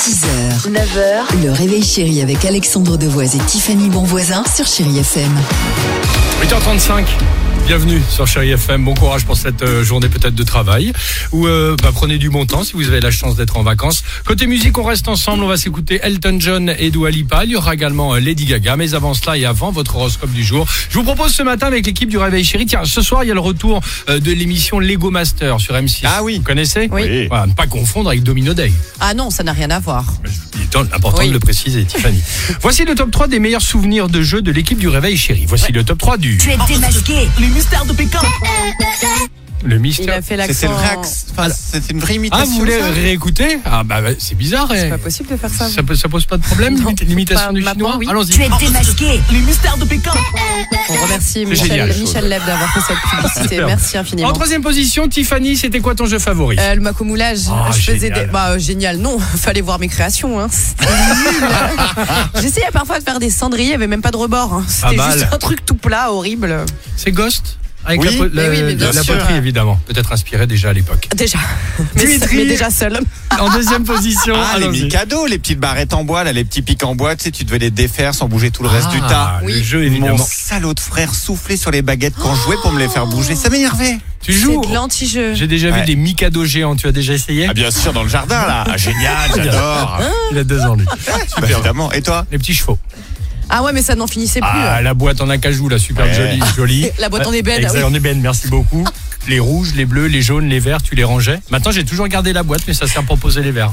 6h, 9h, le réveil chéri avec Alexandre Devoise et Tiffany Bonvoisin sur Chéri FM. 8h35. Bienvenue sur Chéri FM, bon courage pour cette journée peut-être de travail ou prenez du bon temps si vous avez la chance d'être en vacances. Côté musique, on reste ensemble, on va s'écouter Elton John et Dua Lipa, il y aura également Lady Gaga, mais avant cela et avant votre horoscope du jour, je vous propose ce matin avec l'équipe du Réveil Chéri, tiens, ce soir il y a le retour de l'émission Lego Master sur M6. Ah oui. Vous connaissez? Oui. Voilà, ne pas confondre avec Domino Day. Ah non, ça n'a rien à voir. C'est important de le préciser, Tiffany. Voici le top 3 des meilleurs souvenirs de jeu de l'équipe du Réveil Chéri. Voici le top 3 du... Tu es démasqué. Les mystères de Pékin. Le Il mystère... a fait C'est l'accent. c'est une vraie imitation. Ah, vous voulez ça réécouter? Ah bah c'est bizarre. C'est pas possible de faire ça. Ça pose pas de problème, Non, l'imitation pas du maintenant, chinois? oui. Allons-y. Tu es démasqué. Les mystères de Pékin. On remercie génial. Michel Leb d'avoir fait cette publicité. Super. Merci infiniment. En troisième position, Tiffany, c'était quoi ton jeu favori? Le macomoulage, Ah, je faisais génial. génial, non, fallait voir mes créations, hein. C'était nul. J'essayais parfois de faire des cendriers, il n'y avait même pas de rebord, hein. C'était Pas mal. juste un truc tout plat, horrible. C'est Ghost? Avec Oui. la Oui, mais bien sûr. poterie, évidemment. Peut-être inspiré déjà à l'époque. Déjà, Dimitri. mais déjà seul. En deuxième position, Ah, les allons-y. Mikado, les petites barrettes en bois, là, les petits pics en bois, tu sais, tu devais les défaire sans bouger tout le reste du tas. Le Oui. jeu, Mon évidemment. salaud de frère soufflait sur les baguettes quand je jouais pour me les faire bouger. Ça m'énervait. Tu C'est joues? de l'anti-jeu. J'ai déjà vu Ouais. des Mikado géants. Tu as déjà essayé? Ah, bien sûr, dans le jardin, là. Ah, génial, j'adore. Il a 2 ans, lui. Bah, évidemment. Et toi? Les petits chevaux. Ah ouais, mais ça n'en finissait plus. Ah, la boîte en acajou, là, super Ouais. jolie. La boîte en ébène, Exact, oui. en ébène, merci beaucoup. Les rouges, les bleus, les jaunes, les verts, tu les rangeais. Maintenant, j'ai toujours gardé la boîte, mais ça sert pour poser les verres.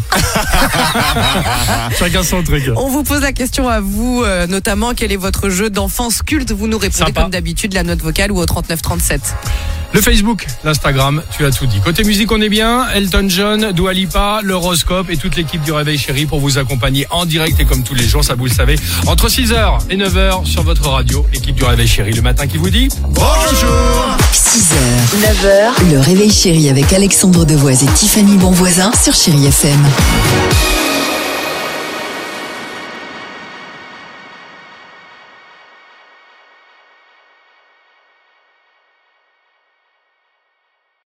Chacun son truc. On vous pose la question à vous, notamment, quel est votre jeu d'enfance culte? Vous nous répondez Sympa. comme d'habitude, la note vocale ou au 3937. Le Facebook, l'Instagram, tu as tout dit. Côté musique, on est bien. Elton John, Dua Lipa, l'horoscope et toute l'équipe du Réveil Chéri pour vous accompagner en direct et comme tous les jours, ça vous le savez, entre 6h et 9h sur votre radio, l'équipe du Réveil Chéri. Le matin qui vous dit bonjour. 6h, 9h, le réveil chéri avec Alexandre Devoise et Tiffany Bonvoisin sur Chéri FM.